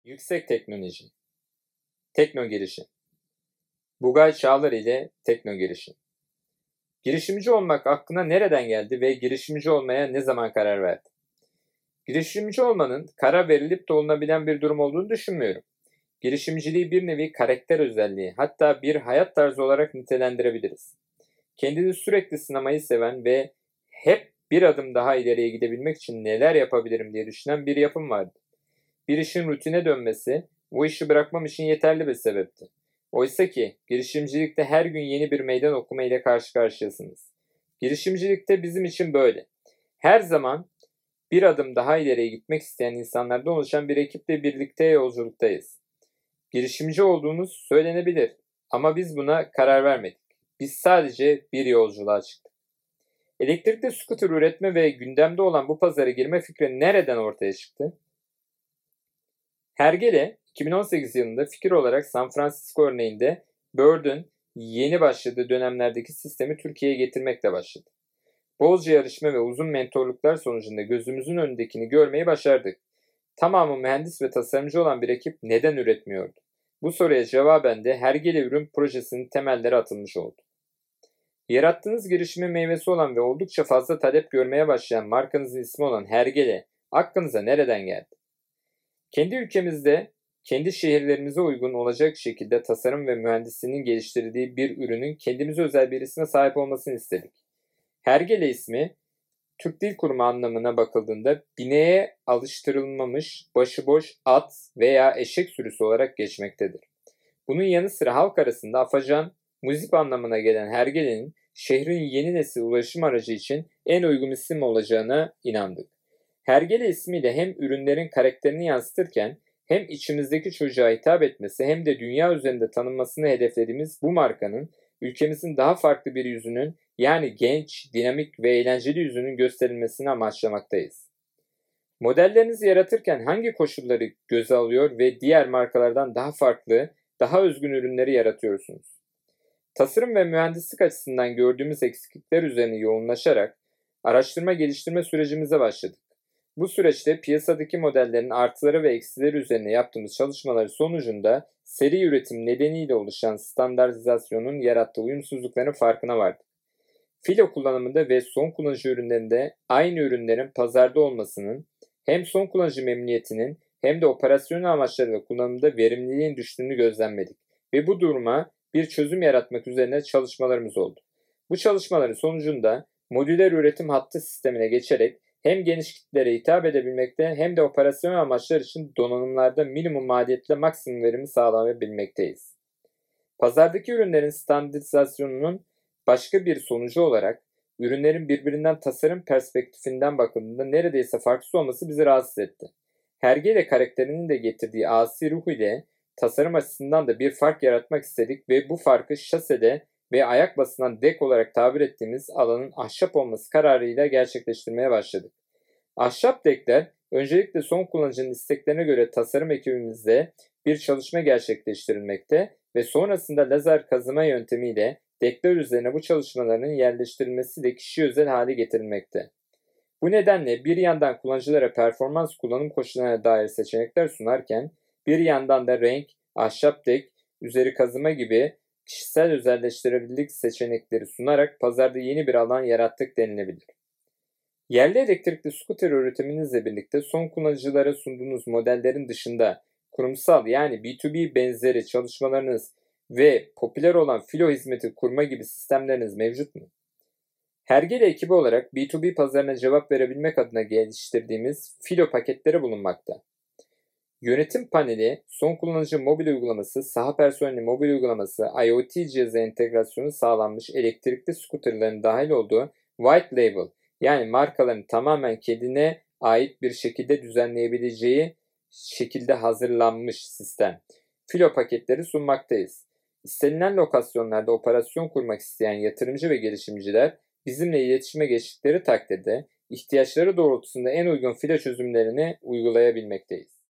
Yüksek teknoloji, tekno girişim, Bugay Çağlar ile tekno girişim. Girişimci olmak aklına nereden geldi ve girişimci olmaya ne zaman karar verdin? Girişimci olmanın karar verilip de olunabilen bir durum olduğunu düşünmüyorum. Girişimciliği bir nevi karakter özelliği, hatta bir hayat tarzı olarak nitelendirebiliriz. Kendini sürekli sınamayı seven ve hep bir adım daha ileriye gidebilmek için neler yapabilirim diye düşünen bir yapım vardı. Bir işin rutine dönmesi, bu işi bırakmam için yeterli bir sebepti. Oysa ki girişimcilikte her gün yeni bir meydan okuma ile karşı karşıyasınız. Girişimcilikte bizim için böyle. Her zaman bir adım daha ileriye gitmek isteyen insanlardan oluşan bir ekiple birlikte yolculuktayız. Girişimci olduğunuz söylenebilir ama biz buna karar vermedik. Biz sadece bir yolculuğa çıktık. Elektrikli scooter üretme ve gündemde olan bu pazara girme fikri nereden ortaya çıktı? Hergele 2018 yılında fikir olarak San Francisco örneğinde Bird'ün yeni başladığı dönemlerdeki sistemi Türkiye'ye getirmekle başladı. Bolca yarışma ve uzun mentorluklar sonucunda gözümüzün önündekini görmeyi başardık. Tamamı mühendis ve tasarımcı olan bir ekip neden üretmiyordu? Bu soruya cevaben de Hergele Ürün Projesi'nin temelleri atılmış oldu. Yarattığınız girişimin meyvesi olan ve oldukça fazla talep görmeye başlayan markanızın ismi olan Hergele aklınıza nereden geldi? Kendi ülkemizde, kendi şehirlerimize uygun olacak şekilde tasarım ve mühendisliğinin geliştirdiği bir ürünün kendimize özel bir isme sahip olmasını istedik. Hergele ismi, Türk Dil Kurumu anlamına bakıldığında bineğe alıştırılmamış başıboş at veya eşek sürüsü olarak geçmektedir. Bunun yanı sıra halk arasında afacan, muzip anlamına gelen hergelenin şehrin yeni nesil ulaşım aracı için en uygun isim olacağına inandık. Hergele ismiyle hem ürünlerin karakterini yansıtırken hem içimizdeki çocuğa hitap etmesi hem de dünya üzerinde tanınmasını hedeflediğimiz bu markanın ülkemizin daha farklı bir yüzünün, yani genç, dinamik ve eğlenceli yüzünün gösterilmesini amaçlamaktayız. Modellerinizi yaratırken hangi koşulları göze alıyor ve diğer markalardan daha farklı, daha özgün ürünleri yaratıyorsunuz? Tasarım ve mühendislik açısından gördüğümüz eksiklikler üzerine yoğunlaşarak araştırma geliştirme sürecimize başladık. Bu süreçte piyasadaki modellerin artıları ve eksileri üzerine yaptığımız çalışmalar sonucunda seri üretim nedeniyle oluşan standartizasyonun yarattığı uyumsuzlukların farkına vardık. Filo kullanımında ve son kullanıcı ürünlerinde aynı ürünlerin pazarda olmasının hem son kullanıcı memnuniyetinin hem de operasyonel amaçlarıyla kullanımda verimliliğin düştüğünü gözlemledik ve bu duruma bir çözüm yaratmak üzerine çalışmalarımız oldu. Bu çalışmaların sonucunda modüler üretim hattı sistemine geçerek hem geniş kitlelere hitap edebilmekte hem de operasyonel amaçlar için donanımlarda minimum maliyetle maksimum verimi sağlayabilmekteyiz. Pazardaki ürünlerin standartizasyonunun başka bir sonucu olarak ürünlerin birbirinden tasarım perspektifinden bakıldığında neredeyse farksız olması bizi rahatsız etti. Hergele karakterinin de getirdiği asi ruh ile tasarım açısından da bir fark yaratmak istedik ve bu farkı şasede ve ayak basılan dek olarak tabir ettiğimiz alanın ahşap olması kararıyla gerçekleştirmeye başladık. Ahşap dekler öncelikle son kullanıcının isteklerine göre tasarım ekibimizde bir çalışma gerçekleştirilmekte ve sonrasında lazer kazıma yöntemiyle dekler üzerine bu çalışmaların yerleştirilmesi de kişiye özel hale getirilmekte. Bu nedenle bir yandan kullanıcılara performans kullanım koşullarına dair seçenekler sunarken bir yandan da renk, ahşap dek, üzeri kazıma gibi kişisel özelleştirebilirlik seçenekleri sunarak pazarda yeni bir alan yarattık denilebilir. Yerli elektrikli scooter üretimimizle birlikte son kullanıcılara sunduğunuz modellerin dışında kurumsal, yani B2B benzeri çalışmalarınız ve popüler olan filo hizmeti kurma gibi sistemleriniz mevcut mu? Hergele ekibi olarak B2B pazarına cevap verebilmek adına geliştirdiğimiz filo paketleri bulunmakta. Yönetim paneli, son kullanıcı mobil uygulaması, saha personeli mobil uygulaması, IoT cihazı entegrasyonu sağlanmış elektrikli scooterların dahil olduğu white label, yani markaların tamamen kendine ait bir şekilde düzenleyebileceği şekilde hazırlanmış sistem. Filo paketleri sunmaktayız. İstenilen lokasyonlarda operasyon kurmak isteyen yatırımcı ve girişimciler bizimle iletişime geçtikleri takdirde ihtiyaçları doğrultusunda en uygun filo çözümlerini uygulayabilmekteyiz.